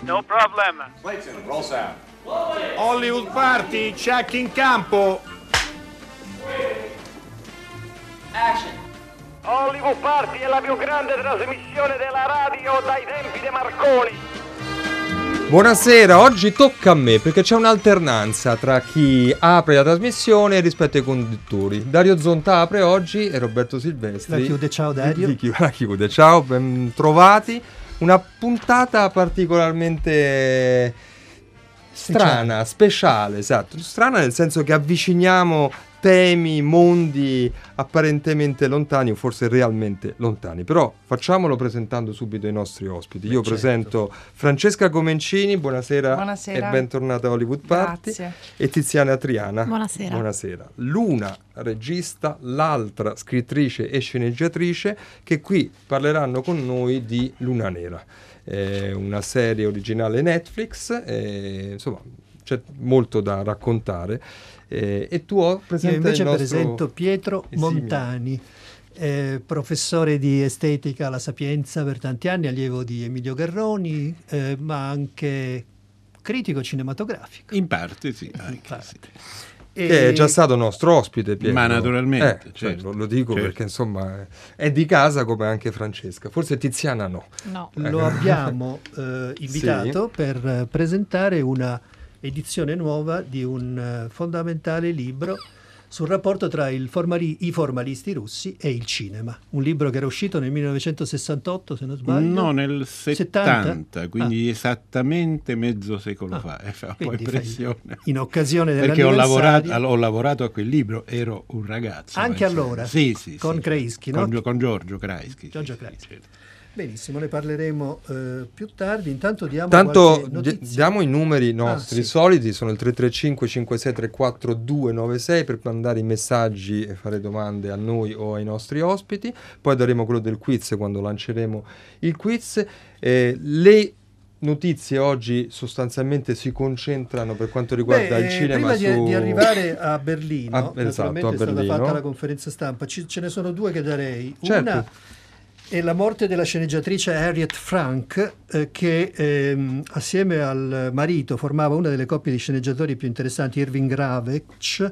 No problem. Clayton, roll sound. Hollywood Party, check in campo. Action. Hollywood Party è la più grande trasmissione della radio dai tempi di Marconi. Buonasera, oggi tocca a me perché c'è un'alternanza tra chi apre la trasmissione rispetto ai conduttori. Dario Zonta apre oggi e Roberto Silvestri la chiude. Ciao Dario. La chiude, ciao, ben trovati. Una puntata particolarmente strana, speciale, esatto. Strana nel senso che avviciniamo temi, mondi apparentemente lontani o forse realmente lontani. Però facciamolo presentando subito i nostri ospiti. Io presento Francesca Comencini, buonasera e bentornata a Hollywood Party. Grazie. E Tiziana Triana. Buonasera. Buonasera. L'una regista, l'altra scrittrice e sceneggiatrice che qui parleranno con noi di Luna Nera. Una serie originale Netflix, insomma c'è molto da raccontare. E tu presenta Io invece il nostro presento Pietro Montani, professore di estetica alla Sapienza per tanti anni, allievo di Emilio Garroni, ma anche critico cinematografico. In parte sì, Che è già stato nostro ospite, Pietro. Ma naturalmente, certo. certo. Lo dico certo. perché insomma è di casa come anche Francesca, forse Tiziana no. Lo abbiamo invitato per presentare una edizione nuova di un fondamentale libro sul rapporto tra i formalisti russi e il cinema. Un libro che era uscito nel 1968, se non sbaglio. No, nel 70, quindi esattamente mezzo secolo fa. Fa un po' impressione. In occasione perché dell'anniversario. ho lavorato a quel libro, ero un ragazzo. Anche allora? Sì. Con Kreisky, no? Con Giorgio Kreisky. Giorgio Kreisky. Certo. Benissimo, ne parleremo più tardi. Intanto diamo i numeri nostri soliti, sono il 335 5634 296 per mandare i messaggi e fare domande a noi o ai nostri ospiti. Poi daremo quello del quiz quando lanceremo il quiz. Le notizie oggi sostanzialmente si concentrano per quanto riguarda il cinema. Prima di arrivare a Berlino, naturalmente è stata fatta la conferenza stampa, ce ne sono due che darei. Certo. Una è la morte della sceneggiatrice Harriet Frank, che assieme al marito formava una delle coppie di sceneggiatori più interessanti, Irving Ravech,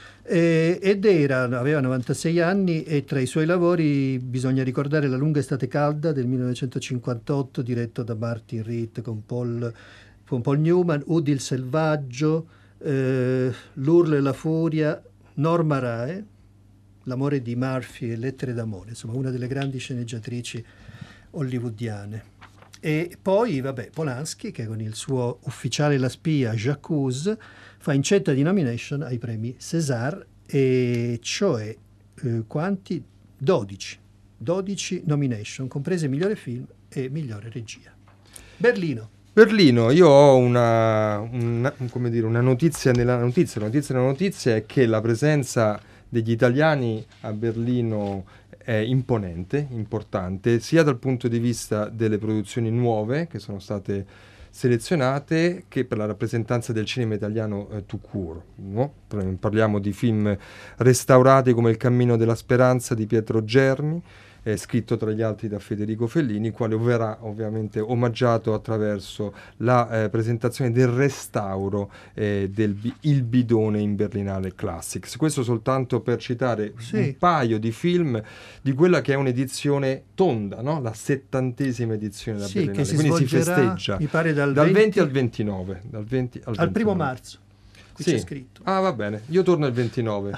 ed aveva 96 anni e tra i suoi lavori bisogna ricordare La lunga estate calda del 1958, diretto da Martin Ritt con Paul Newman, Woody il selvaggio, L'urlo e la furia, Norma Rae, L'amore di Murphy e Lettere d'amore, insomma una delle grandi sceneggiatrici hollywoodiane. E poi Polanski, che con il suo Ufficiale la spia, J'accuse, fa incetta di nomination ai premi César, e cioè quanti? 12 nomination, comprese migliore film e migliore regia. Berlino, io ho una notizia nella notizia. La notizia è che la presenza degli italiani a Berlino è imponente, importante, sia dal punto di vista delle produzioni nuove che sono state selezionate che per la rappresentanza del cinema italiano tout court, no? Parliamo di film restaurati come Il cammino della speranza di Pietro Germi, scritto tra gli altri da Federico Fellini, il quale verrà ovviamente omaggiato attraverso la presentazione del restauro del Il bidone in Berlinale Classics. Questo soltanto per citare un paio di film di quella che è un'edizione tonda, no? La 70ª edizione da Berlinale, che quindi si festeggia, mi pare dal 20 al 29, dal 20 al 1° marzo. Qui c'è scritto. Ah, va bene, io torno il 29.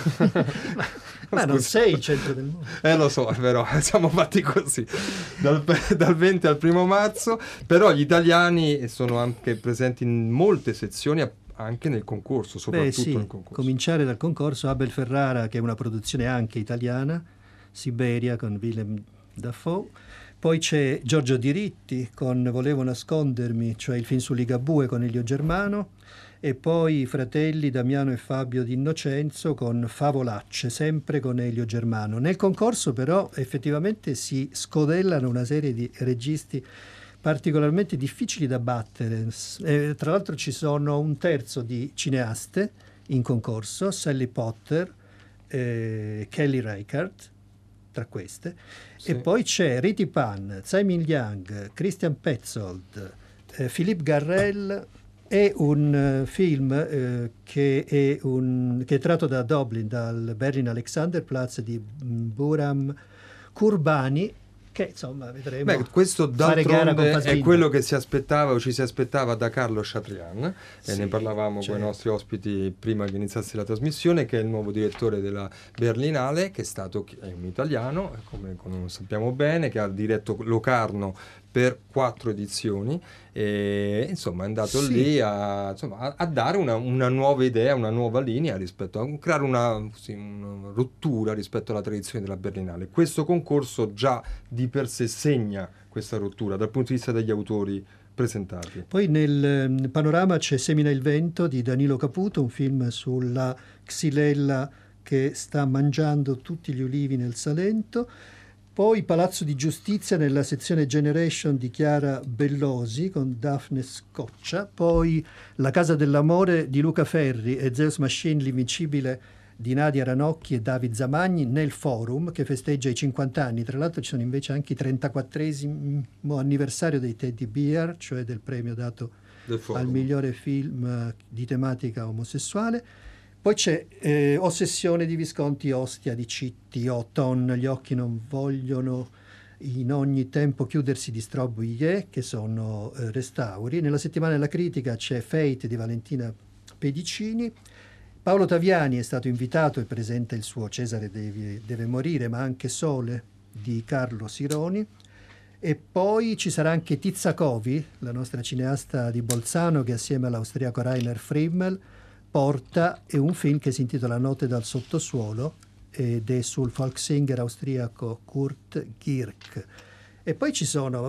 Ma non sei il centro del mondo. Lo so, però siamo fatti così. Dal 20 al 1° marzo, però gli italiani sono anche presenti in molte sezioni, anche nel concorso, soprattutto nel concorso. Cominciare dal concorso Abel Ferrara, che è una produzione anche italiana, Siberia con Willem Dafoe. Poi c'è Giorgio Diritti con Volevo nascondermi, cioè il film su Ligabue con Elio Germano. E poi i fratelli Damiano e Fabio Di Innocenzo con Favolacce, sempre con Elio Germano. Nel concorso però effettivamente si scodellano una serie di registi particolarmente difficili da battere. Tra l'altro ci sono un terzo di cineaste in concorso, Sally Potter, Kelly Reichardt, tra queste, e poi c'è Riti Pan, Tsai Ming Liang, Christian Petzold, Philippe Garrel è un film che è tratto da Dublin, dal Berlin Alexanderplatz di Buram Kurbani, che insomma vedremo. Questo fare gara con d'altronde è Fassbinder. quello che si aspettava o ci si aspettava da Carlo Chatrian, Sì, ne parlavamo certo. con i nostri ospiti prima che iniziasse la trasmissione, che è il nuovo direttore della Berlinale, che è un italiano, come sappiamo bene, che ha diretto Locarno per 4 edizioni e insomma è andato lì a dare una nuova idea, una nuova linea rispetto a creare una rottura rispetto alla tradizione della Berlinale. Questo concorso già di per sé segna questa rottura dal punto di vista degli autori presentati. Poi nel panorama c'è Semina il vento di Danilo Caputo, un film sulla xylella che sta mangiando tutti gli ulivi nel Salento. Poi Palazzo di Giustizia nella sezione Generation di Chiara Bellosi con Daphne Scoccia. Poi La Casa dell'Amore di Luca Ferri e Zeus Machine l'invincibile di Nadia Ranocchi e David Zamagni nel Forum, che festeggia i 50 anni. Tra l'altro ci sono invece anche i 34esimo anniversario dei Teddy Bear, cioè del premio dato al migliore film di tematica omosessuale. Poi c'è Ossessione di Visconti, Ostia di Citti, Oton, Gli occhi non vogliono in ogni tempo chiudersi di Strobuie, che sono restauri. Nella settimana della critica c'è Fate di Valentina Pedicini. Paolo Taviani è stato invitato e presenta il suo Cesare deve morire, ma anche Sole di Carlo Sironi. E poi ci sarà anche Tizzakovi, la nostra cineasta di Bolzano, che assieme all'austriaco Rainer Frimmel porta un film che si intitola Note dal sottosuolo ed è sul folksinger austriaco Kurt Girk. E poi ci sono,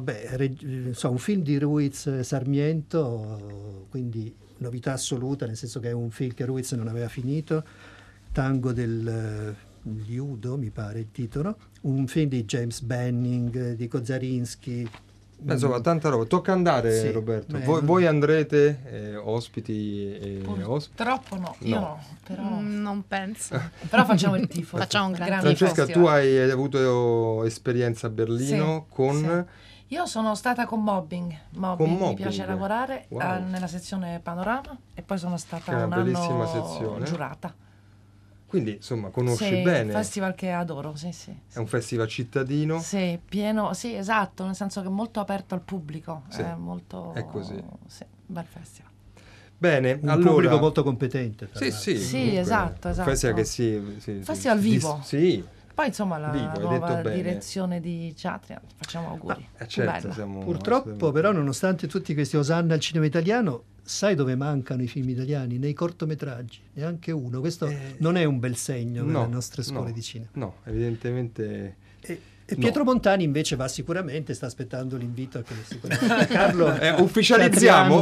un film di Ruiz Sarmiento, quindi novità assoluta, nel senso che è un film che Ruiz non aveva finito, Tango del Liudo, mi pare il titolo, un film di James Benning, di Kozarinski. Insomma, tanta roba. Tocca andare, Sì, Roberto. Voi andrete, ospiti? Purtroppo no, io no, però non penso. però facciamo il tifo. Facciamo un grande Francesca, festival. tu hai avuto esperienza a Berlino con... Sì. Io sono stata con Mobbing. Mi piace lavorare nella sezione Panorama e poi sono stata un bellissima anno sezione. giurata. Quindi, insomma, conosci bene. È un festival che adoro, sì. È un festival cittadino. Sì, pieno, sì, esatto, nel senso che è molto aperto al pubblico. Sì, è molto... è così. Sì, bel festival. Bene, Un allora... pubblico molto competente. Sì, Sì, esatto. Un festival che Festival vivo. Sì. Poi insomma la Vivo, hai nuova detto bene. direzione di Chatrian, facciamo auguri. Certo, Bella. Purtroppo però, nonostante tutti questi osanna al cinema italiano, sai dove mancano i film italiani? Nei cortometraggi, neanche uno. Questo non è un bel segno per le nostre scuole di cinema. No, evidentemente... E Pietro Montani invece va sicuramente, sta aspettando l'invito Carlo, ufficializziamo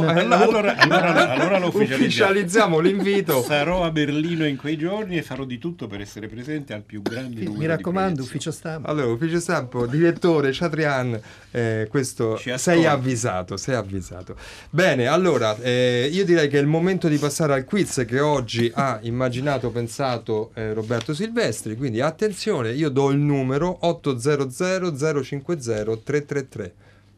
allora lo ufficializziamo l'invito. Sarò a Berlino in quei giorni e farò di tutto per essere presente al più grande numero. Mi raccomando, di ufficio stampa. Allora, ufficio stampa, direttore Chatrian, questo sei avvisato. Bene, allora io direi che è il momento di passare al quiz che oggi ha pensato Roberto Silvestri, quindi attenzione, io do il numero 800 050 333.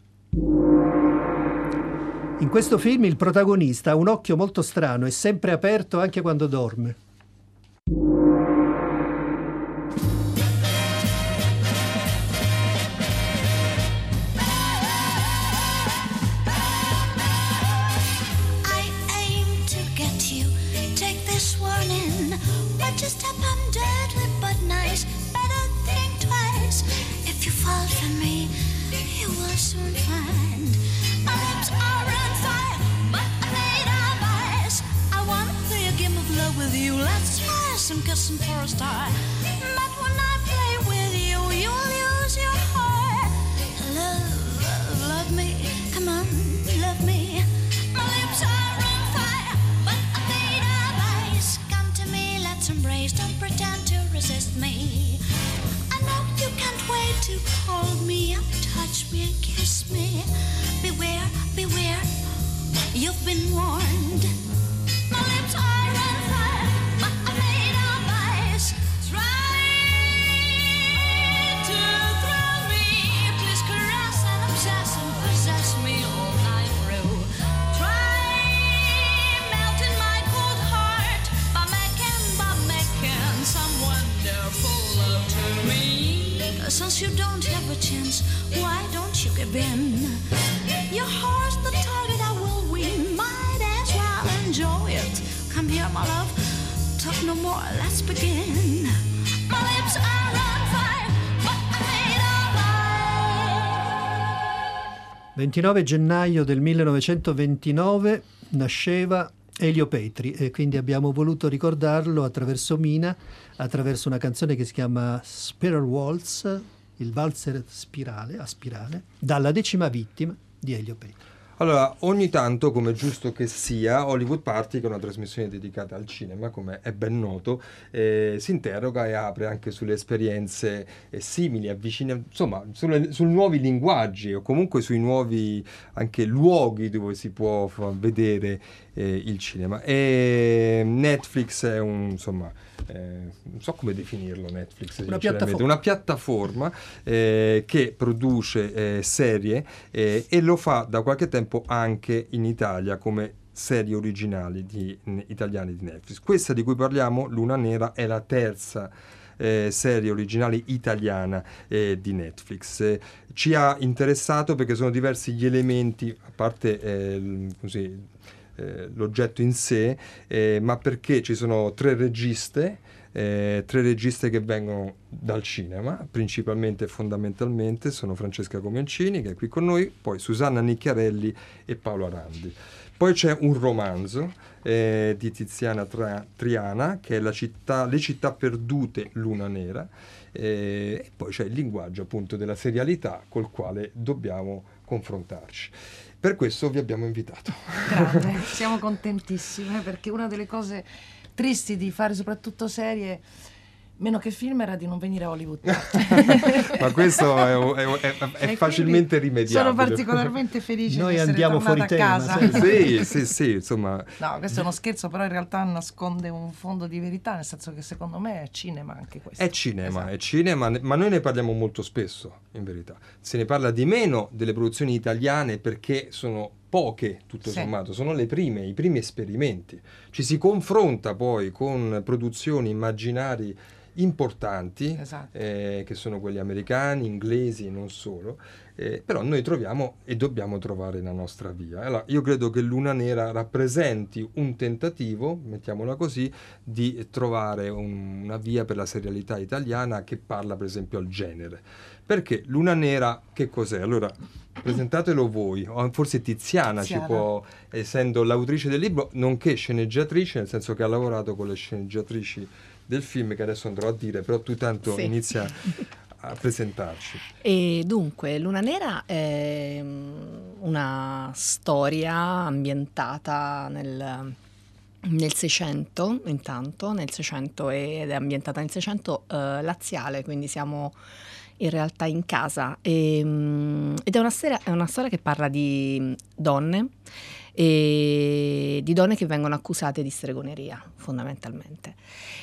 In questo film il protagonista ha un occhio molto strano e sempre aperto anche quando dorme. I aim to get you. Take this warning. Watch your step, I'm deadly but nice. Better think twice. If you fall for me, you will soon find my lips are on fire, but I'm made of ice. I wanna play a game of love with you. Let's try some kissing for a start. But when I play with you, you'll lose your heart. Love me, come on, love me. My lips are on fire, but I'm made of ice. Come to me, let's embrace. Don't pretend to resist me. I know you can't wait to hold me up, touch me and kiss me. Beware, beware, you've been warned. My lips are on fire, but I'm made of ice. Try to thrill me, please caress and obsess and possess me all night through. else you don't have a chance. Why don't you give in? Your heart's the target, I will win. Might as well enjoy it. Come here, my love. Talk no more, let's begin. My lips are on fire, but I ain't alright. 29 gennaio del 1929 nasceva Elio Petri e quindi abbiamo voluto ricordarlo attraverso Mina, attraverso una canzone che si chiama Spiral Waltz, il valzer a spirale, dalla 10ª vittima di Elio Petri. Allora, ogni tanto, come giusto che sia, Hollywood Party, che è una trasmissione dedicata al cinema, come è ben noto, si interroga e apre anche sulle esperienze simili, avvicina, insomma, su nuovi linguaggi o comunque sui nuovi anche luoghi dove si può vedere il cinema. E Netflix è non so come definirlo, Netflix, una piattaforma che produce serie e lo fa da qualche tempo anche in Italia come serie originali italiane di Netflix. Questa di cui parliamo, Luna Nera, è la terza serie originale italiana di Netflix. Ci ha interessato perché sono diversi gli elementi, a parte l'oggetto in sé, ma perché ci sono tre registe che vengono dal cinema, principalmente e fondamentalmente sono Francesca Comencini, che è qui con noi, poi Susanna Nicchiarelli e Paolo Arandi. Poi c'è un romanzo di Tiziana Triana, che è Le città perdute, Luna Nera, e poi c'è il linguaggio appunto della serialità col quale dobbiamo confrontarci. Per questo vi abbiamo invitato. Grande, siamo contentissime, perché una delle cose tristi di fare soprattutto serie, meno che film, era di non venire a Hollywood. Ma questo è facilmente rimediabile. Sono particolarmente felice Noi di essere andiamo tornata fuori a tema, casa. Sì, insomma. No, questo è uno scherzo, però in realtà nasconde un fondo di verità, nel senso che secondo me è cinema anche questo. È cinema, esatto. È cinema, ma noi ne parliamo molto spesso, in verità. Se ne parla di meno delle produzioni italiane perché sono poche, tutto sommato, sono i primi esperimenti. Ci si confronta poi con produzioni immaginari importanti, esatto. Che sono quelli americani, inglesi e non solo, però noi troviamo e dobbiamo trovare la nostra via. Allora, io credo che Luna Nera rappresenti un tentativo, mettiamola così, di trovare una via per la serialità italiana che parla per esempio al genere. Perché Luna Nera che cos'è? Allora, presentatelo voi, o forse Tiziana ci può, essendo l'autrice del libro, nonché sceneggiatrice, nel senso che ha lavorato con le sceneggiatrici del film, che adesso andrò a dire, però tu tanto inizia a presentarci. E dunque, Luna Nera è una storia ambientata nel 600, intanto, nel 600, ed è ambientata nel 600 laziale, quindi siamo in realtà in casa, ed è una storia che parla di donne, e di donne che vengono accusate di stregoneria, fondamentalmente.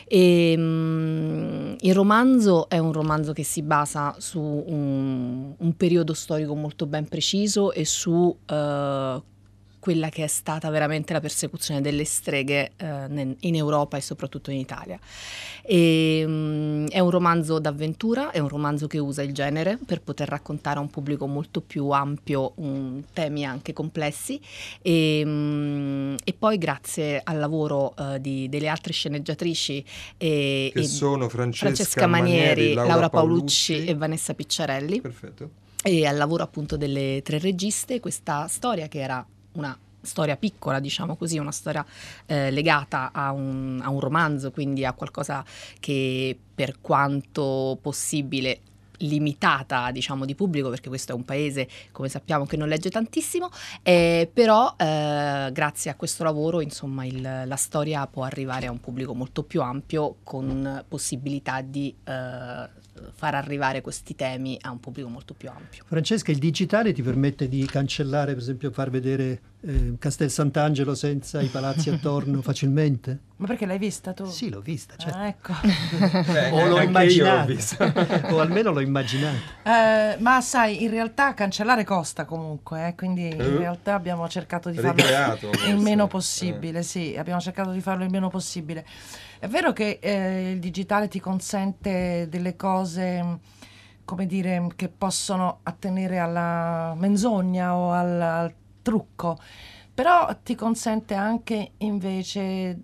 Il romanzo è un romanzo che si basa su un periodo storico molto ben preciso e su quella che è stata veramente la persecuzione delle streghe in Europa e soprattutto in Italia. È un romanzo d'avventura, è un romanzo che usa il genere per poter raccontare a un pubblico molto più ampio temi anche complessi, e poi grazie al lavoro delle altre sceneggiatrici che sono Francesca Manieri, Laura Paolucci e Vanessa Picciarelli. Perfetto. E al lavoro appunto delle tre registe, questa storia, che era una storia piccola, diciamo così, una storia legata a un romanzo, quindi a qualcosa che, per quanto possibile, limitata, diciamo, di pubblico, perché questo è un paese, come sappiamo, che non legge tantissimo, però grazie a questo lavoro, insomma, la storia può arrivare a un pubblico molto più ampio, con possibilità di far arrivare questi temi a un pubblico molto più ampio. Francesca, il digitale ti permette di cancellare, per esempio, far vedere Castel Sant'Angelo senza i palazzi attorno facilmente? Ma perché l'hai vista tu? Sì, l'ho vista, certo. Ecco. O l'ho immaginata, o almeno l'ho immaginata. Ma sai, in realtà cancellare costa comunque, quindi in realtà abbiamo cercato di farlo il meno possibile, sì, abbiamo cercato di farlo il meno possibile. È vero che il digitale ti consente delle cose come dire, che possono attenere alla menzogna o al trucco, però ti consente anche invece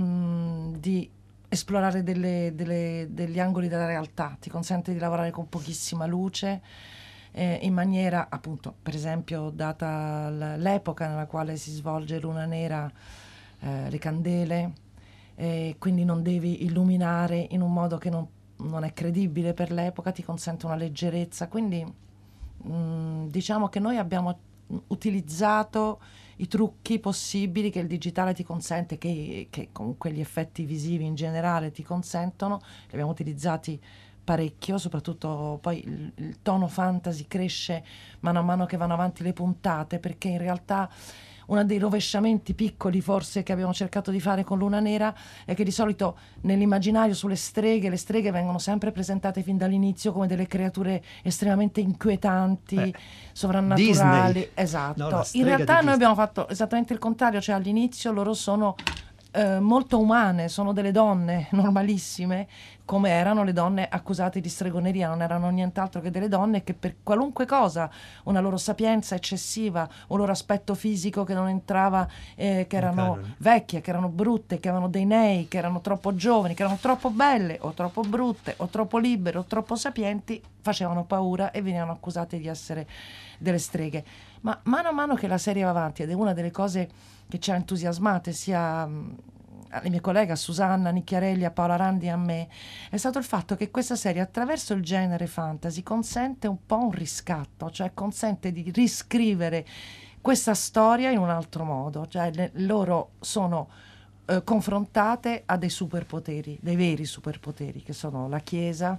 di esplorare degli angoli della realtà, ti consente di lavorare con pochissima luce, in maniera, appunto, per esempio, data l'epoca nella quale si svolge Luna Nera, le candele, quindi non devi illuminare in un modo che non è credibile per l'epoca, ti consente una leggerezza, quindi diciamo che noi abbiamo utilizzato i trucchi possibili che il digitale ti consente, che comunque gli effetti visivi in generale ti consentono, li abbiamo utilizzati parecchio, soprattutto poi il tono fantasy cresce mano a mano che vanno avanti le puntate, perché in realtà uno dei rovesciamenti piccoli forse che abbiamo cercato di fare con Luna Nera è che di solito nell'immaginario sulle streghe, le streghe vengono sempre presentate fin dall'inizio come delle creature estremamente inquietanti, sovrannaturali. Disney. Esatto. No, in realtà noi abbiamo fatto esattamente il contrario, cioè all'inizio loro sono molto umane, sono delle donne normalissime, come erano le donne accusate di stregoneria, non erano nient'altro che delle donne che per qualunque cosa, una loro sapienza eccessiva, un loro aspetto fisico che non entrava, che erano vecchie, che erano brutte, che avevano dei nei, che erano troppo giovani, che erano troppo belle o troppo brutte o troppo libere o troppo sapienti, facevano paura e venivano accusate di essere delle streghe. Ma mano a mano che la serie va avanti, ed è una delle cose che ci ha entusiasmate sia alle mie colleghe, a Susanna Nicchiarelli, a Paola Randi e a me, è stato il fatto che questa serie, attraverso il genere fantasy, consente un po' un riscatto, cioè consente di riscrivere questa storia in un altro modo, cioè loro sono confrontate a dei superpoteri, dei veri superpoteri, che sono la Chiesa,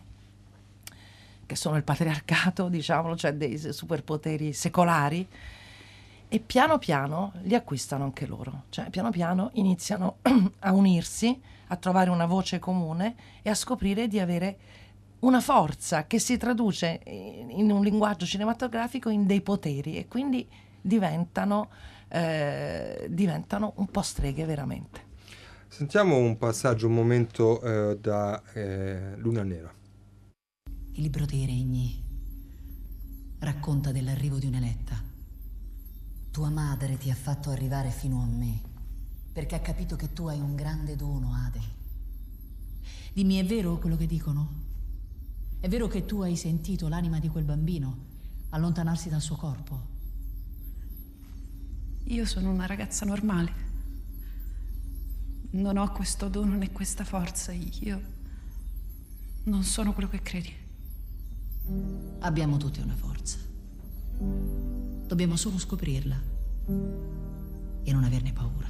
che sono il patriarcato, diciamolo, cioè dei superpoteri secolari, e piano piano li acquistano anche loro, cioè piano piano iniziano a unirsi, a trovare una voce comune e a scoprire di avere una forza che si traduce in un linguaggio cinematografico in dei poteri, e quindi diventano un po' streghe veramente. Sentiamo un passaggio, un momento da Luna Nera. Il libro dei regni racconta dell'arrivo di un'eletta. Tua madre ti ha fatto arrivare fino a me, perché ha capito che tu hai un grande dono, Ade. Dimmi, è vero quello che dicono? È vero che tu hai sentito l'anima di quel bambino allontanarsi dal suo corpo? Io sono una ragazza normale. Non ho questo dono né questa forza. Io non sono quello che credi. Abbiamo tutti una forza. Dobbiamo solo scoprirla e non averne paura.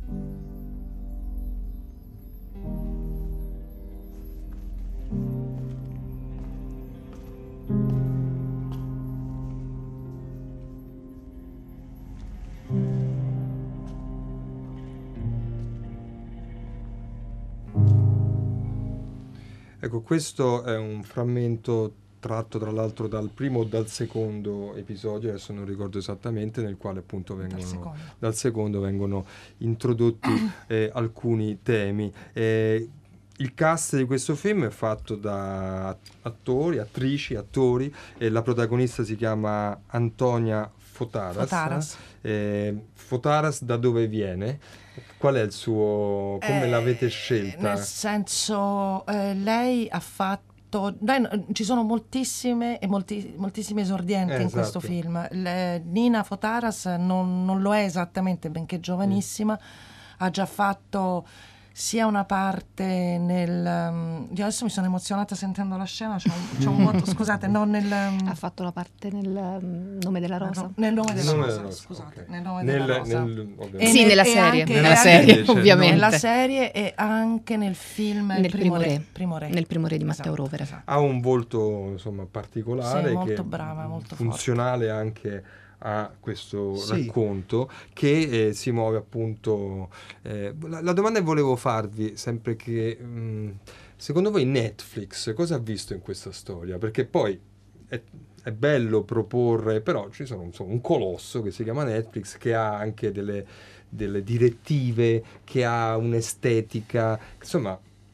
Ecco, questo è un frammento tratto tra l'altro dal primo o dal secondo episodio, adesso non ricordo esattamente, nel quale appunto dal secondo vengono introdotti alcuni temi. Il cast di questo film è fatto da attori, attrici, attori, e la protagonista si chiama Antonia Fotaras. Fotaras da dove viene? Qual è il suo... come l'avete scelta? Nel senso, lei ha fatto... ci sono moltissimi esordienti in questo film. Nina Fotaras non lo è esattamente, benché giovanissima, ha già fatto sia una parte io adesso mi sono emozionata sentendo la scena, c'è un vuoto, scusate, ha fatto la parte nel Nome della Rosa. Nel Nome della Rosa, scusate, nel Nome della Rosa. Sì, nella serie, ovviamente. Nella serie e anche nel film nel Primo Re. Nel Primo Re di Matteo Rovere. Esatto. Ha un volto insomma particolare, sì, molto che brava, molto funzionale forte anche a questo racconto, che si muove appunto. La domanda che volevo farvi, sempre che secondo voi Netflix cosa ha visto in questa storia? Perché poi è bello proporre, però ci sono un colosso che si chiama Netflix, che ha anche delle direttive, che ha un'estetica, insomma,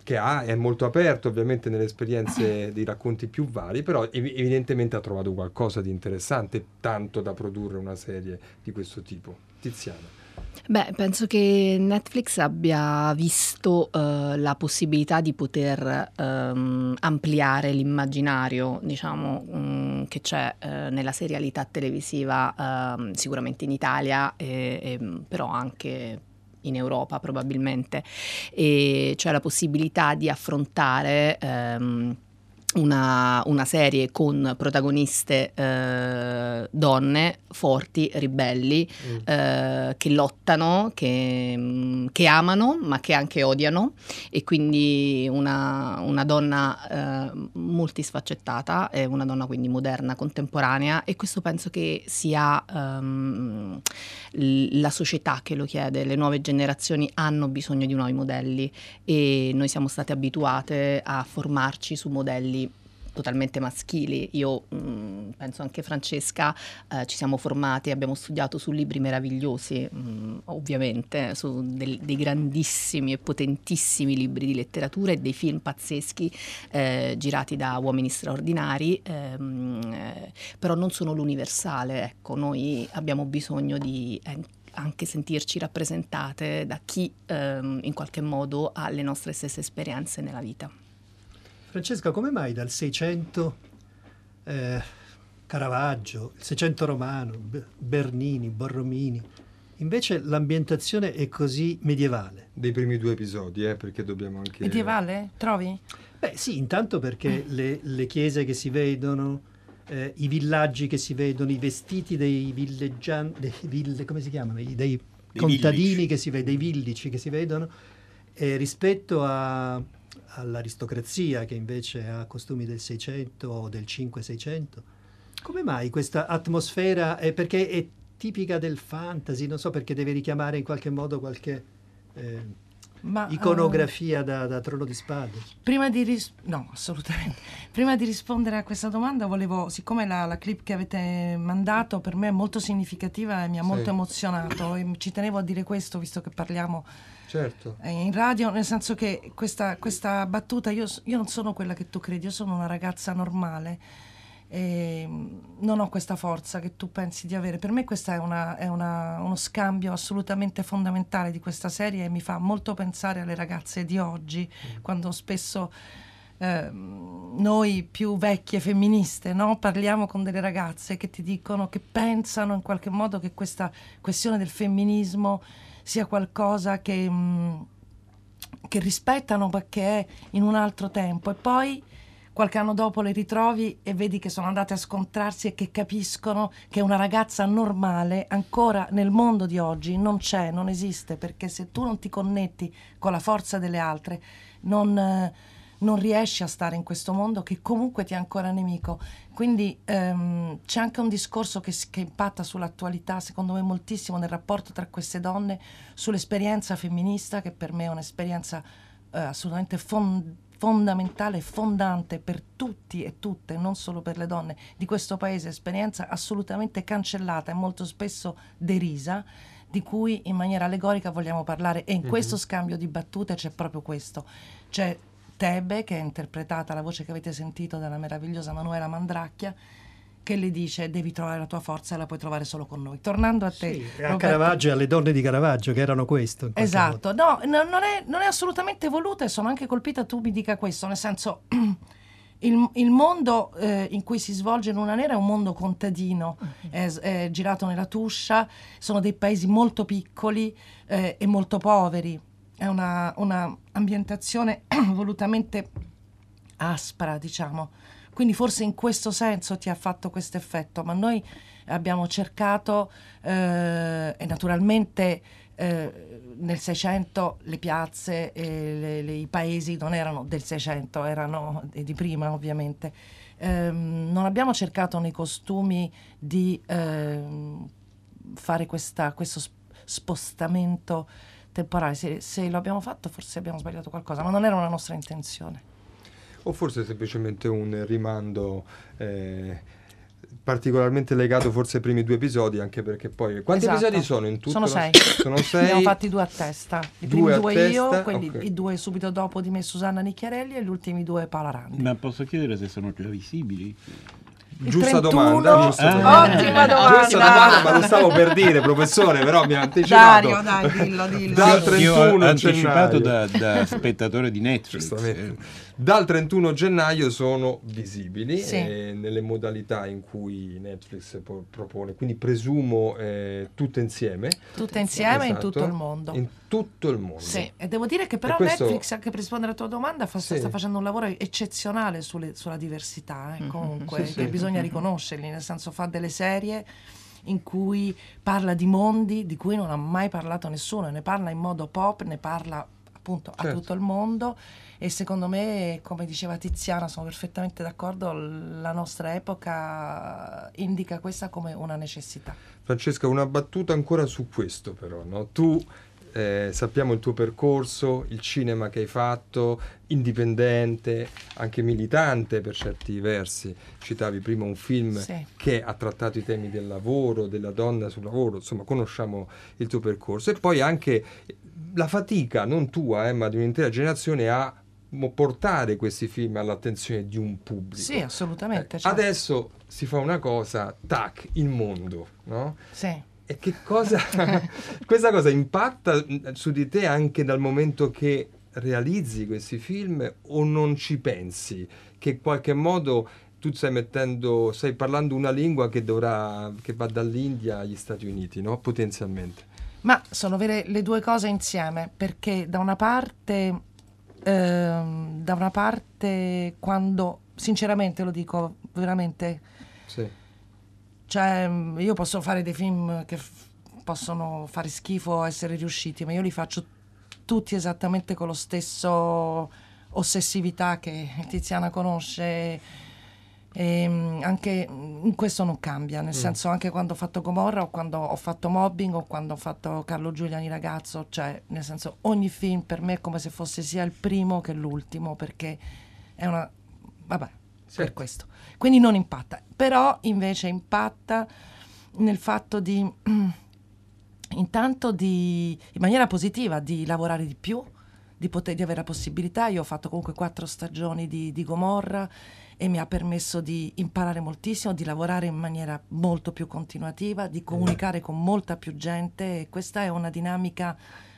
è molto aperto ovviamente nelle esperienze dei racconti più vari, però evidentemente ha trovato qualcosa di interessante, tanto da produrre una serie di questo tipo. Tiziana. Beh, penso che Netflix abbia visto la possibilità di poter ampliare l'immaginario, diciamo, che c'è nella serialità televisiva, sicuramente in Italia, però anche in Europa probabilmente, e cioè la possibilità di affrontare una serie con protagoniste donne forti, ribelli, che lottano, che amano ma che anche odiano, e quindi una donna multisfaccettata, una donna quindi moderna, contemporanea, e questo penso che sia la società che lo chiede. Le nuove generazioni hanno bisogno di nuovi modelli e noi siamo state abituate a formarci su modelli totalmente maschili. Io penso anche Francesca, ci siamo formati, abbiamo studiato su libri meravigliosi, ovviamente, su dei grandissimi e potentissimi libri di letteratura e dei film pazzeschi girati da uomini straordinari, però non sono l'universale. Ecco, noi abbiamo bisogno di anche sentirci rappresentate da chi in qualche modo ha le nostre stesse esperienze nella vita. Francesca, come mai dal 600 Caravaggio, il 600 romano, Bernini, Borromini, invece l'ambientazione è così medievale? Dei primi 2 episodi, perché dobbiamo anche... Medievale? Trovi? Beh sì, intanto perché le chiese che si vedono, i villaggi che si vedono, i vestiti dei villeggianti, come si chiamano? Dei contadini villici. Che si vedono, dei villici che si vedono, rispetto all'aristocrazia che invece ha costumi del 600 o del 5-600. Come mai questa atmosfera? Perché è tipica del fantasy, non so, perché deve richiamare in qualche modo qualche iconografia da Trono di Spade. No, assolutamente. Prima di rispondere a questa domanda volevo, siccome la clip che avete mandato per me è molto significativa e mi ha molto emozionato, e ci tenevo a dire questo, visto che parliamo in radio, nel senso che questa battuta, io non sono quella che tu credi, io sono una ragazza normale e non ho questa forza che tu pensi di avere. Per me questo è uno scambio assolutamente fondamentale di questa serie, e mi fa molto pensare alle ragazze di oggi, quando spesso noi più vecchie femministe, no? Parliamo con delle ragazze che ti dicono, che pensano in qualche modo che questa questione del femminismo sia qualcosa che rispettano perché è in un altro tempo, e poi qualche anno dopo le ritrovi e vedi che sono andate a scontrarsi e che capiscono che una ragazza normale ancora nel mondo di oggi non c'è, non esiste, perché se tu non ti connetti con la forza delle altre non riesci a stare in questo mondo che comunque ti è ancora nemico. Quindi c'è anche un discorso che impatta sull'attualità, secondo me moltissimo, nel rapporto tra queste donne, sull'esperienza femminista, che per me è un'esperienza assolutamente fondamentale e fondante per tutti e tutte, non solo per le donne di questo paese, esperienza assolutamente cancellata e molto spesso derisa, di cui in maniera allegorica vogliamo parlare, e in questo scambio di battute c'è proprio questo. C'è Tebe, che è interpretata, la voce che avete sentito, dalla meravigliosa Manuela Mandracchia, che le dice: devi trovare la tua forza e la puoi trovare solo con noi. Tornando a te, sì, a Caravaggio e alle donne di Caravaggio, che erano questo. Esatto, no, non è assolutamente voluta, e sono anche colpita tu mi dica questo, nel senso il mondo in cui si svolge Luna Nera è un mondo contadino, è girato nella Tuscia, sono dei paesi molto piccoli e molto poveri. È una ambientazione volutamente aspra, diciamo. Quindi forse in questo senso ti ha fatto questo effetto, ma noi abbiamo cercato, e naturalmente nel 600 le piazze e i paesi non erano del 600, erano di prima ovviamente. Non abbiamo cercato nei costumi di fare questo spostamento temporale. Se lo abbiamo fatto forse abbiamo sbagliato qualcosa, ma non era una nostra intenzione. O forse semplicemente un rimando particolarmente legato forse ai primi 2 episodi, anche perché poi quanti Esatto. episodi sono in tutto? Sono 6. Sono 6. Ne ho fatti 2 a testa. I primi 2 a 2 testa, io, quelli, ok. i 2 subito dopo di me Susanna Nicchiarelli e gli ultimi 2 Paola Randi. Ma posso chiedere se sono già visibili? Giusta 31, domanda, giusta domanda. Ottima domanda. Giusta domanda, ma lo stavo per dire, professore, però mi ha anticipato. Dario, dai, dillo. Dal Io 31 ho anticipato gennaio. da spettatore di Netflix. Giustamente. Dal 31 gennaio sono visibili Sì. nelle modalità in cui Netflix propone, quindi presumo tutte insieme. Tutte insieme in Esatto. tutto il mondo. In tutto il mondo. Sì, e devo dire che però questo- Netflix, anche per rispondere alla tua domanda, Sì. sta facendo un lavoro eccezionale sulla diversità, comunque, Sì, che sì. bisogna riconoscerli, nel senso fa delle serie in cui parla di mondi di cui non ha mai parlato nessuno, ne parla in modo pop, ne parla appunto a Certo. tutto il mondo, e secondo me, come diceva Tiziana, sono perfettamente d'accordo, la nostra epoca indica questa come una necessità. Francesca, una battuta ancora su questo però, no? Tu sappiamo il tuo percorso, il cinema che hai fatto, indipendente, anche militante per certi versi. Citavi prima un film Sì. che ha trattato i temi del lavoro, della donna sul lavoro, insomma conosciamo il tuo percorso. E poi anche la fatica, non tua, ma di un'intera generazione a portare questi film all'attenzione di un pubblico. Sì, assolutamente. certo. Adesso si fa una cosa, tac, il mondo, no? Sì. E che cosa questa cosa impatta su di te anche dal momento che realizzi questi film, o non ci pensi che in qualche modo tu stai parlando una lingua che va dall'India agli Stati Uniti, no? Potenzialmente. Ma sono vere le due cose insieme, perché da una parte quando, sinceramente lo dico veramente, Sì. cioè io posso fare dei film che possono fare schifo, essere riusciti, ma io li faccio tutti esattamente con lo stesso ossessività che Tiziana conosce, e anche in questo non cambia, nel senso, anche quando ho fatto Gomorra, o quando ho fatto Mobbing, o quando ho fatto Carlo Giuliani Ragazzo, cioè nel senso ogni film per me è come se fosse sia il primo che l'ultimo, perché è una... vabbè, per questo. Quindi non impatta, però invece impatta nel fatto di intanto in maniera positiva di lavorare di più, di avere la possibilità. Io ho fatto comunque 4 stagioni di Gomorra e mi ha permesso di imparare moltissimo, di lavorare in maniera molto più continuativa, di comunicare con molta più gente, e questa è una dinamica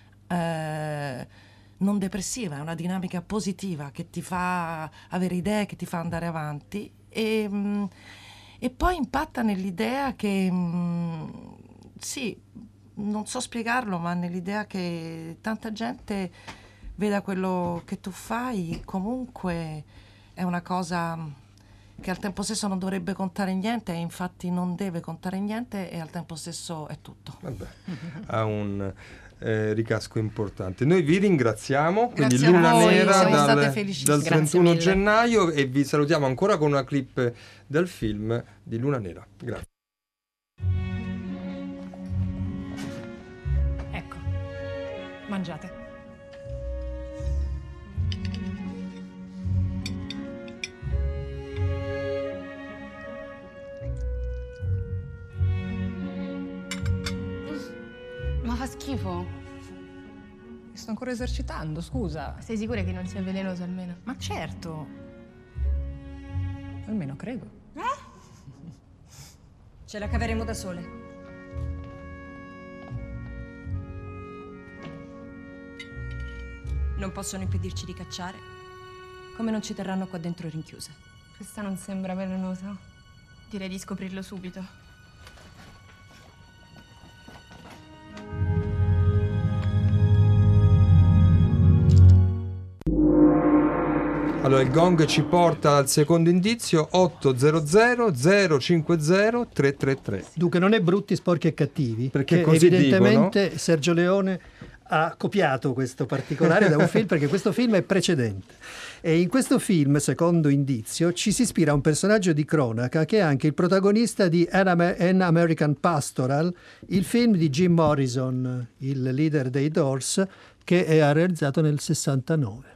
non depressiva, è una dinamica positiva che ti fa avere idee, che ti fa andare avanti, e poi impatta nell'idea che sì, non so spiegarlo, ma nell'idea che tanta gente veda quello che tu fai, comunque è una cosa che al tempo stesso non dovrebbe contare niente, e infatti non deve contare niente, e al tempo stesso è tutto. Vabbè, ha un ricasco importante. Noi vi ringraziamo, quindi Grazie a Luna voi, Nera siamo state dal felicissime. 31 Grazie mille. gennaio, e vi salutiamo ancora con una clip del film di Luna Nera. Grazie. Ecco, mangiate. Ma fa schifo. Mi sto ancora esercitando, scusa. Sei sicura che non sia velenoso almeno? Ma certo. Almeno credo. Ce la caveremo da sole. Non possono impedirci di cacciare, come non ci terranno qua dentro rinchiuse. Questa non sembra velenosa. Direi di scoprirlo subito. Allora, il gong ci porta al secondo indizio, 800 050 333. Dunque non è Brutti, sporchi e cattivi, Perché così evidentemente Sergio Leone ha copiato questo particolare da un film, perché questo film è precedente. E in questo film, secondo indizio, ci si ispira a un personaggio di cronaca che è anche il protagonista di An American Pastoral, il film di Jim Morrison, il leader dei Doors, che è realizzato nel 69.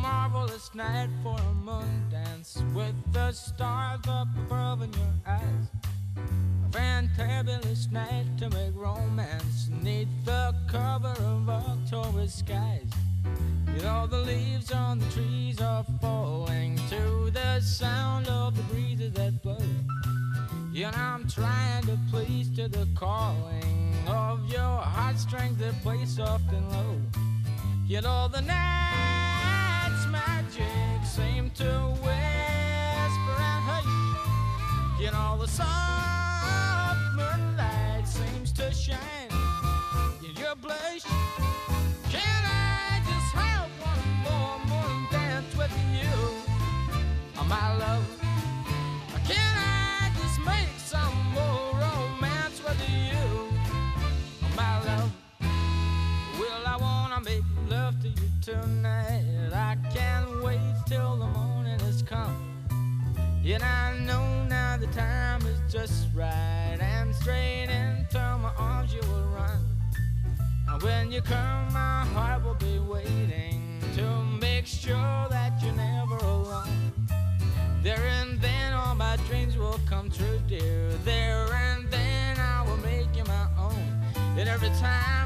marvelous night for a moon dance with the stars up above in your eyes. A fantabulous night to make romance neath the cover of October skies. You know the leaves on the trees are falling to the sound of the breezes that blow. You know I'm trying to please to the calling of your heartstrings that play soft and low. You know the night's magic seemed to whisper and hush. You know the soft moonlight seems to shine in your blush. Can I just have one more moon dance with you, oh, my love? Can I just make some more romance with you, oh, my love? Well, I wanna make love to you tonight. I can't wait till the morning has come. Yet I know now the time is just right, and straight into my arms you will run. And when you come, my heart will be waiting to make sure that you're never alone. There and then all my dreams will come true, dear. There and then I will make you my own. And every time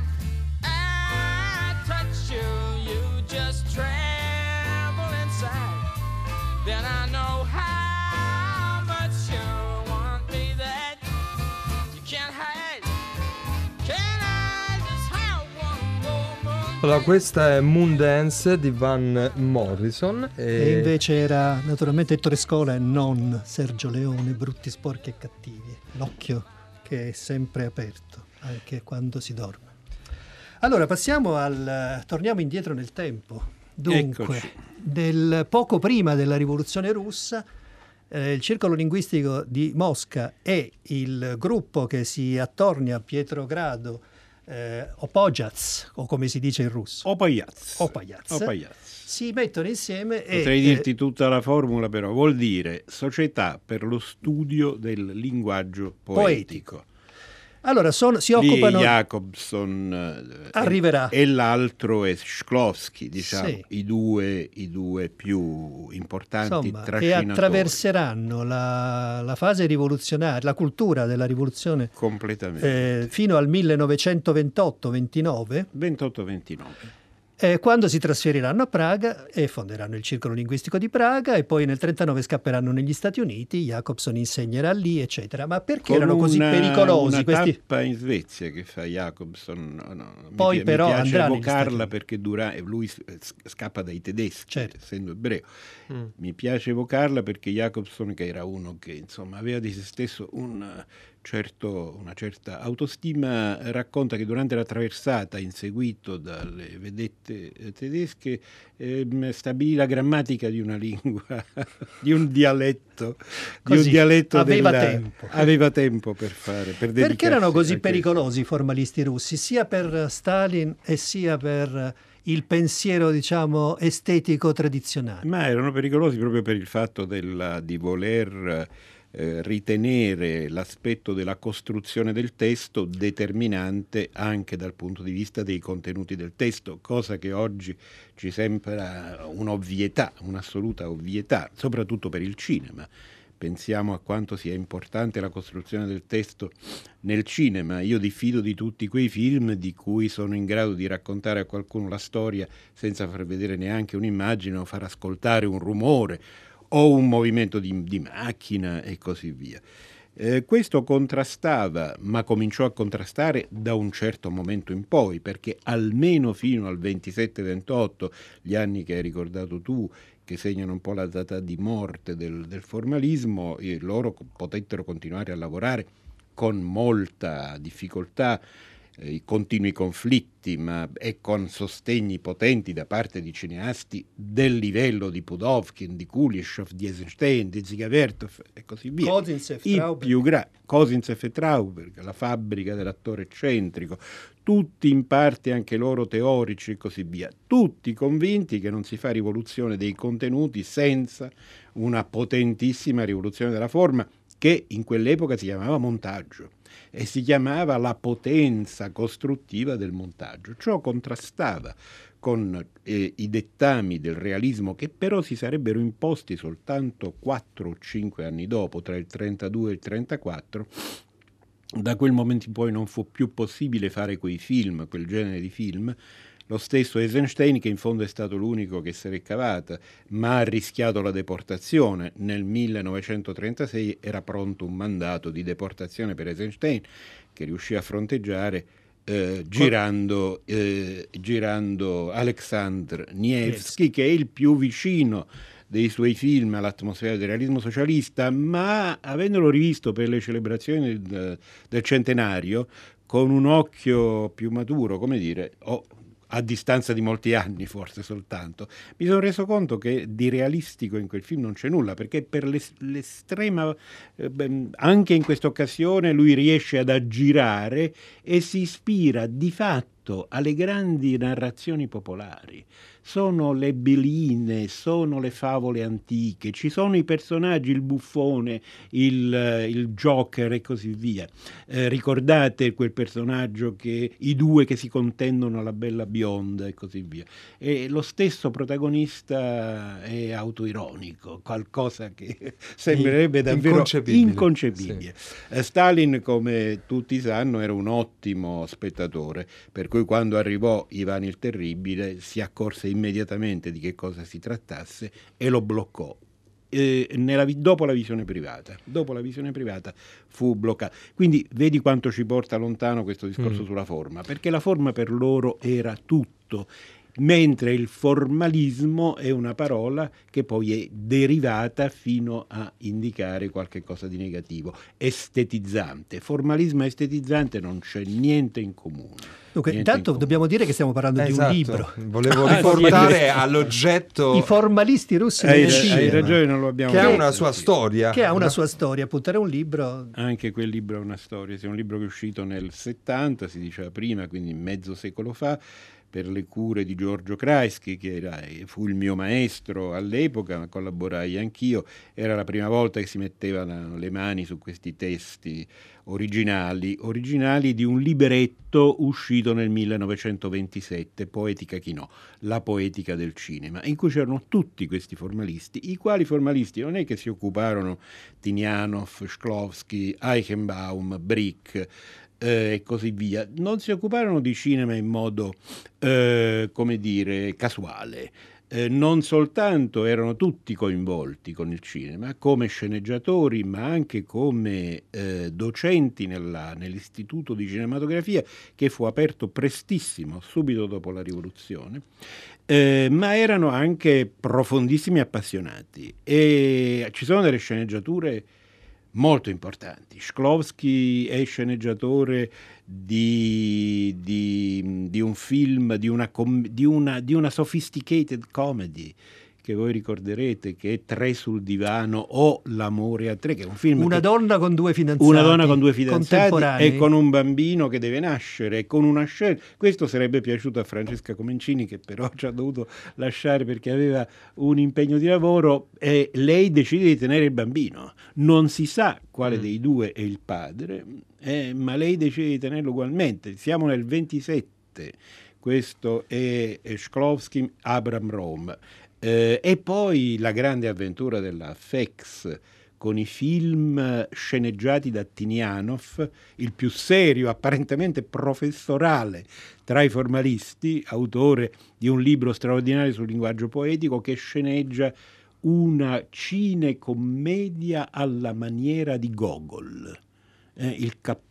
I touch you, you just tremble inside. Then I know how much you want me that you can't hide. Can I just have one more? Allora, questa è Moondance di Van Morrison. E invece era naturalmente Ettore Scola e non Sergio Leone, Brutti, sporchi e cattivi. L'occhio che è sempre aperto, anche quando si dorme. Allora, torniamo indietro nel tempo. Dunque, del poco prima della rivoluzione russa, il Circolo Linguistico di Mosca e il gruppo che si attornia a Pietrogrado, Opojats, o come si dice in russo, Opojats, si mettono insieme e potrei dirti tutta la formula, però vuol dire Società per lo studio del linguaggio poetico. Allora si occupano. Jacobson arriverà e l'altro è Shklovsky, diciamo, sì. i due più importanti, insomma, trascinatori. E attraverseranno la fase rivoluzionaria, la cultura della rivoluzione completamente fino al 1928-29. 28-29. Quando si trasferiranno a Praga e fonderanno il Circolo Linguistico di Praga, e poi nel 1939 scapperanno negli Stati Uniti, Jacobson insegnerà lì, eccetera. Ma perché con erano così pericolosi questi? Una tappa in Svezia che fa Jacobson. Poi però mi piace andrà evocarla perché lui scappa dai tedeschi, certo, essendo ebreo. Mi piace evocarla perché Jacobson, che era uno che insomma aveva di se stesso una certa autostima, racconta che durante la traversata, inseguito dalle vedette tedesche, stabilì la grammatica di una lingua, di un dialetto. Così, aveva tempo per fare. Perché erano così pericolosi i formalisti russi, sia per Stalin e sia per il pensiero, diciamo, estetico tradizionale? Ma erano pericolosi proprio per il fatto di voler ritenere l'aspetto della costruzione del testo determinante anche dal punto di vista dei contenuti del testo, cosa che oggi ci sembra un'ovvietà, un'assoluta ovvietà, soprattutto per il cinema. Pensiamo a quanto sia importante la costruzione del testo nel cinema. Io diffido di tutti quei film di cui sono in grado di raccontare a qualcuno la storia senza far vedere neanche un'immagine o far ascoltare un rumore o un movimento di macchina e così via. Questo contrastava, ma cominciò a contrastare da un certo momento in poi, perché almeno fino al 27-28, gli anni che hai ricordato tu, che segnano un po' la data di morte del formalismo, loro potettero continuare a lavorare con molta difficoltà, i continui conflitti, ma e con sostegni potenti da parte di cineasti del livello di Pudovkin, di Kuleshov, di Eisenstein, di Zigavertov e così via. Kosincev e Trauberg, la fabbrica dell'attore eccentrico, tutti in parte anche loro teorici e così via, tutti convinti che non si fa rivoluzione dei contenuti senza una potentissima rivoluzione della forma, che in quell'epoca si chiamava montaggio e si chiamava la potenza costruttiva del montaggio. Ciò contrastava con i dettami del realismo, che però si sarebbero imposti soltanto 4 o 5 anni dopo, tra il 32 e il 34. Da quel momento in poi non fu più possibile fare quel genere di film. Lo stesso Eisenstein, che in fondo è stato l'unico che se l'è cavata, ma ha rischiato la deportazione. Nel 1936 era pronto un mandato di deportazione per Eisenstein, che riuscì a fronteggiare girando Aleksandr Nevsky, che è il più vicino dei suoi film all'atmosfera del realismo socialista, ma avendolo rivisto per le celebrazioni del centenario con un occhio più maturo, come dire, a distanza di molti anni forse soltanto, mi sono reso conto che di realistico in quel film non c'è nulla, perché per l'estrema, anche in questa occasione lui riesce ad aggirare e si ispira di fatto alle grandi narrazioni popolari. Sono le beline, sono le favole antiche, ci sono i personaggi, il buffone, il Joker e così via. Ricordate quel personaggio i due che si contendono alla bella bionda e così via. E lo stesso protagonista è autoironico, qualcosa che sembrerebbe davvero inconcepibile. Sì. Stalin, come tutti sanno, era un ottimo spettatore, per cui quando arrivò Ivan il Terribile si accorse immediatamente di che cosa si trattasse e lo bloccò. Dopo la visione privata fu bloccato. Quindi vedi quanto ci porta lontano questo discorso sulla forma, perché la forma per loro era tutto, mentre il formalismo è una parola che poi è derivata fino a indicare qualche cosa di negativo, estetizzante. Formalismo e estetizzante non c'è niente in comune. Dunque, intanto dobbiamo dire che stiamo parlando di un libro. Volevo riportare all'oggetto I formalisti russi nel cinema. Hai ragione, non lo abbiamo che detto. ha una sua storia. Che ha una sua storia, appunto, era un libro. Anche quel libro ha una storia. È un libro che è uscito nel 70, si diceva prima, quindi mezzo secolo fa, per le cure di Giorgio Kreisky, che fu il mio maestro all'epoca, ma collaborai anch'io. Era la prima volta che si mettevano le mani su questi testi originali di un libretto uscito nel 1927, Poetica Chinò, la poetica del cinema, in cui c'erano tutti questi formalisti, i quali formalisti non è che si occuparono Tinianov, Shklovsky, Eichenbaum, Brick, e così via, non si occuparono di cinema in modo come dire casuale. Non soltanto erano tutti coinvolti con il cinema come sceneggiatori, ma anche come docenti nell'istituto di cinematografia, che fu aperto prestissimo, subito dopo la rivoluzione, ma erano anche profondissimi appassionati, e ci sono delle sceneggiature molto importanti. Shklovsky è sceneggiatore di un film, di una sophisticated comedy che voi ricorderete, che è Tre sul divano o L'amore a tre, che è un film Una donna con due fidanzati e con un bambino che deve nascere, e con una scena. Questo sarebbe piaciuto a Francesca Comencini, che però ci ha dovuto lasciare perché aveva un impegno di lavoro, e lei decide di tenere il bambino. Non si sa quale dei due è il padre, ma lei decide di tenerlo ugualmente. Siamo nel 27, questo è Shklovsky, Abram Rom. E poi la grande avventura della FX con i film sceneggiati da Tinianov, il più serio, apparentemente professorale tra i formalisti, autore di un libro straordinario sul linguaggio poetico, che sceneggia una cinecommedia alla maniera di Gogol, il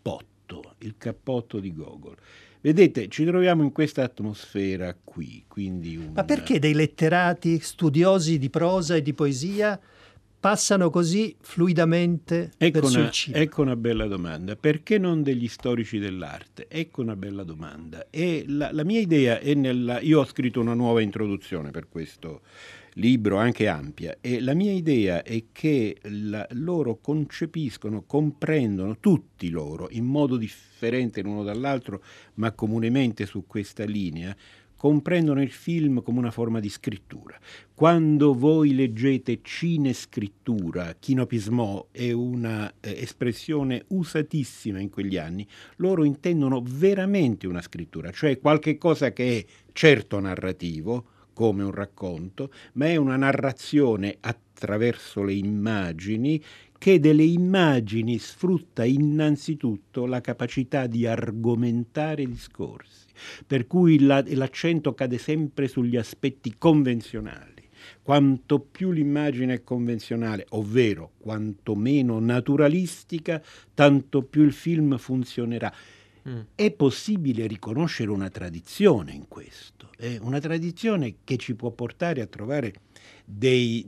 cappotto di Gogol. Vedete, ci troviamo in questa atmosfera qui, quindi Ma perché dei letterati, studiosi di prosa e di poesia, passano così fluidamente verso il cinema? Ecco una bella domanda. Perché non degli storici dell'arte? Ecco una bella domanda. E la mia idea è io ho scritto una nuova introduzione per questo libro, anche ampia, e la mia idea è che loro comprendono tutti loro, in modo differente l'uno dall'altro, ma comunemente su questa linea, comprendono il film come una forma di scrittura. Quando voi leggete cinescrittura, kinopismo è una espressione usatissima in quegli anni, loro intendono veramente una scrittura, cioè qualche cosa che è certo narrativo, come un racconto, ma è una narrazione attraverso le immagini, che delle immagini sfrutta innanzitutto la capacità di argomentare discorsi, per cui l'accento cade sempre sugli aspetti convenzionali. Quanto più l'immagine è convenzionale, ovvero quanto meno naturalistica, tanto più il film funzionerà. È possibile riconoscere una tradizione in questo, una tradizione che ci può portare a trovare dei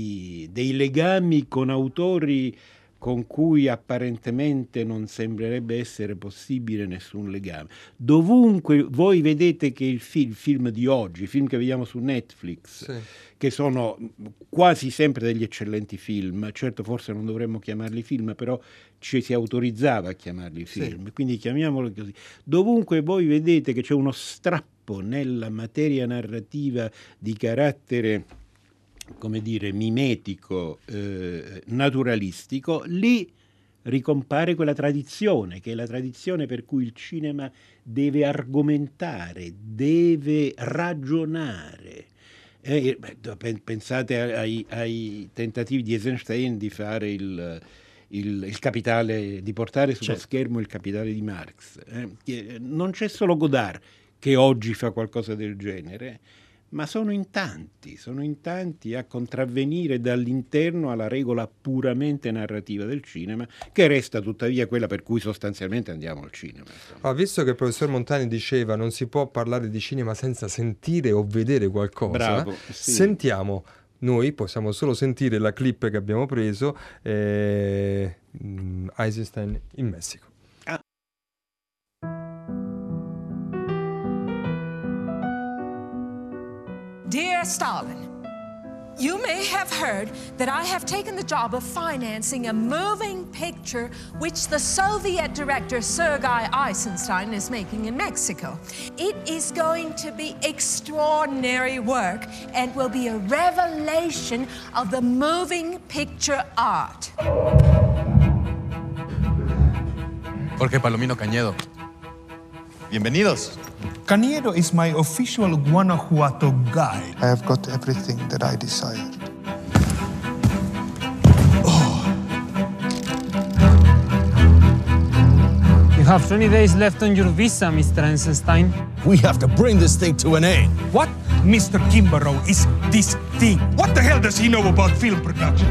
legami con autori con cui apparentemente non sembrerebbe essere possibile nessun legame. Dovunque voi vedete che il film di oggi, i film che vediamo su Netflix, sì, che sono quasi sempre degli eccellenti film, certo forse non dovremmo chiamarli film, però ci si autorizzava a chiamarli film, sì, quindi chiamiamoli così. Dovunque voi vedete che c'è uno strappo nella materia narrativa di carattere, come dire, mimetico, naturalistico, lì ricompare quella tradizione, che è la tradizione per cui il cinema deve argomentare, deve ragionare. Pensate ai tentativi di Eisenstein di fare il capitale, di portare sullo schermo il Capitale di Marx. Non c'è solo Godard che oggi fa qualcosa del genere, ma sono in tanti a contravvenire dall'interno alla regola puramente narrativa del cinema, che resta tuttavia quella per cui sostanzialmente andiamo al cinema. Visto che il professor Montani diceva non si può parlare di cinema senza sentire o vedere qualcosa, bravo, sì, sentiamo, noi possiamo solo sentire la clip che abbiamo preso, Eisenstein in Messico. Dear Stalin, you may have heard that I have taken the job of financing a moving picture which the Soviet director Sergei Eisenstein is making in Mexico. It is going to be extraordinary work and will be a revelation of the moving picture art. Jorge Palomino Cañedo. Bienvenidos. Cañedo is my official Guanajuato guide. I have got everything that I desire. You have 20 days left on your visa, Mr. Eisenstein. We have to bring this thing to an end. What, Mr. Kimbrough, is this thing? What the hell does he know about film production?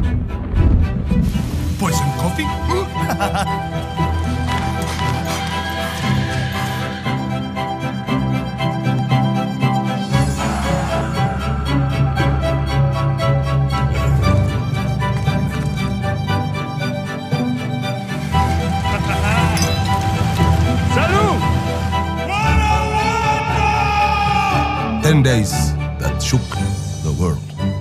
Poison coffee? Days that shook the world.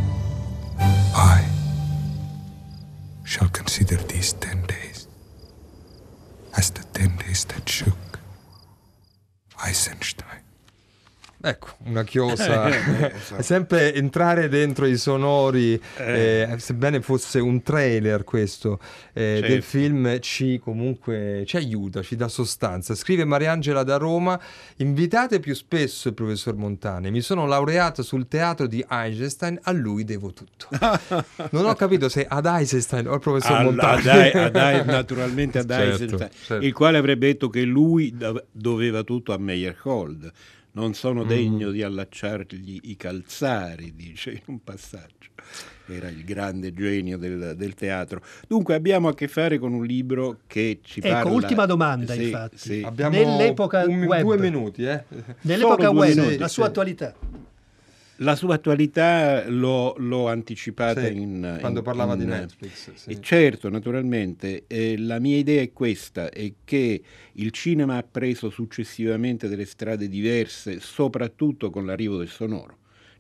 I shall consider these 10 days as the 10 days that shook Eisenstein. Ecco, una chiosa, è sempre entrare dentro i sonori, sebbene fosse un trailer questo del film, comunque ci aiuta, ci dà sostanza. Scrive Mariangela da Roma: invitate più spesso il professor Montani, mi sono laureato sul teatro di Eisenstein, a lui devo tutto. Non ho capito se ad Eisenstein o al professor Montani. Naturalmente ad Eisenstein, certo. Il quale avrebbe detto che lui doveva tutto a Meyerhold. Non sono degno di allacciargli i calzari, dice in un passaggio. Era il grande genio del teatro. Dunque abbiamo a che fare con un libro che ci parla... Ecco, ultima domanda, sì, infatti. sì. Abbiamo nell'epoca web, 2 minuti. Nell'epoca web, minuti, la sua attualità. La sua attualità l'ho anticipata quando parlava di Netflix. Sì. E certo, naturalmente, la mia idea è questa, è che il cinema ha preso successivamente delle strade diverse, soprattutto con l'arrivo del sonoro.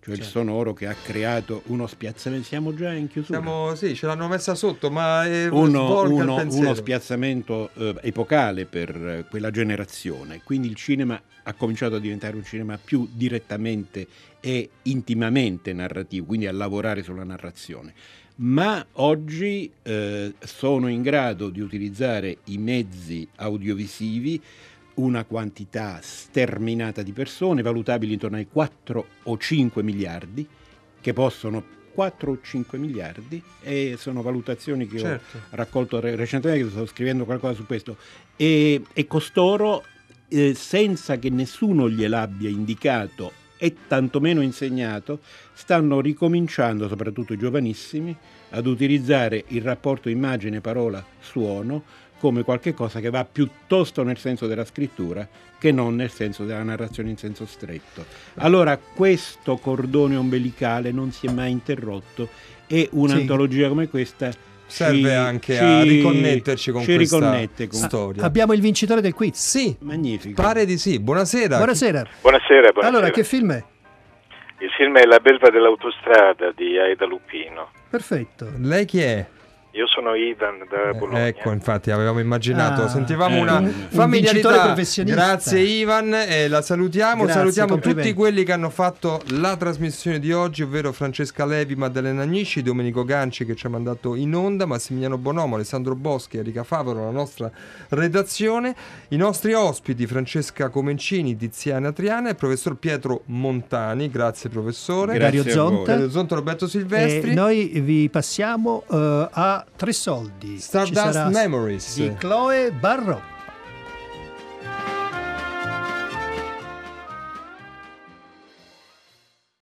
cioè il sonoro che ha creato uno spiazzamento. Siamo già in chiusura. Sì, ce l'hanno messa sotto, ma uno spiazzamento epocale per quella generazione. Quindi il cinema ha cominciato a diventare un cinema più direttamente e intimamente narrativo, quindi a lavorare sulla narrazione. Ma oggi sono in grado di utilizzare i mezzi audiovisivi, una quantità sterminata di persone, valutabili intorno ai 4 o 5 miliardi, che possono 4 o 5 miliardi, e sono valutazioni che ho raccolto recentemente, che sto scrivendo qualcosa su questo, e costoro, senza che nessuno gliel'abbia indicato e tantomeno insegnato, stanno ricominciando, soprattutto i giovanissimi, ad utilizzare il rapporto immagine-parola-suono come qualche cosa che va piuttosto nel senso della scrittura che non nel senso della narrazione in senso stretto. Allora questo cordone ombelicale non si è mai interrotto, e un'antologia come questa serve anche a riconnetterci con questa storia. Abbiamo il vincitore del quiz. Sì, magnifico. Pare di sì. Buonasera. Buonasera. Buonasera. Allora, che film è? Il film è La belva dell'autostrada di Aida Lupino. Perfetto. Lei chi è? Io sono Ivan da Bologna. Ecco, infatti avevamo immaginato, sentivamo una familiarità. Grazie Ivan, la salutiamo. Grazie, salutiamo tutti quelli che hanno fatto la trasmissione di oggi, ovvero Francesca Levi, Maddalena Agnisci, Domenico Ganci che ci ha mandato in onda, Massimiliano Bonomo, Alessandro Boschi, Enrica Favaro, la nostra redazione, i nostri ospiti Francesca Comencini, Tiziana Triana e il professor Pietro Montani. Grazie professore. Dario Zonta, Roberto Silvestri. Noi vi passiamo a 3 soldi. Stardust Memories di Chloe Barrow.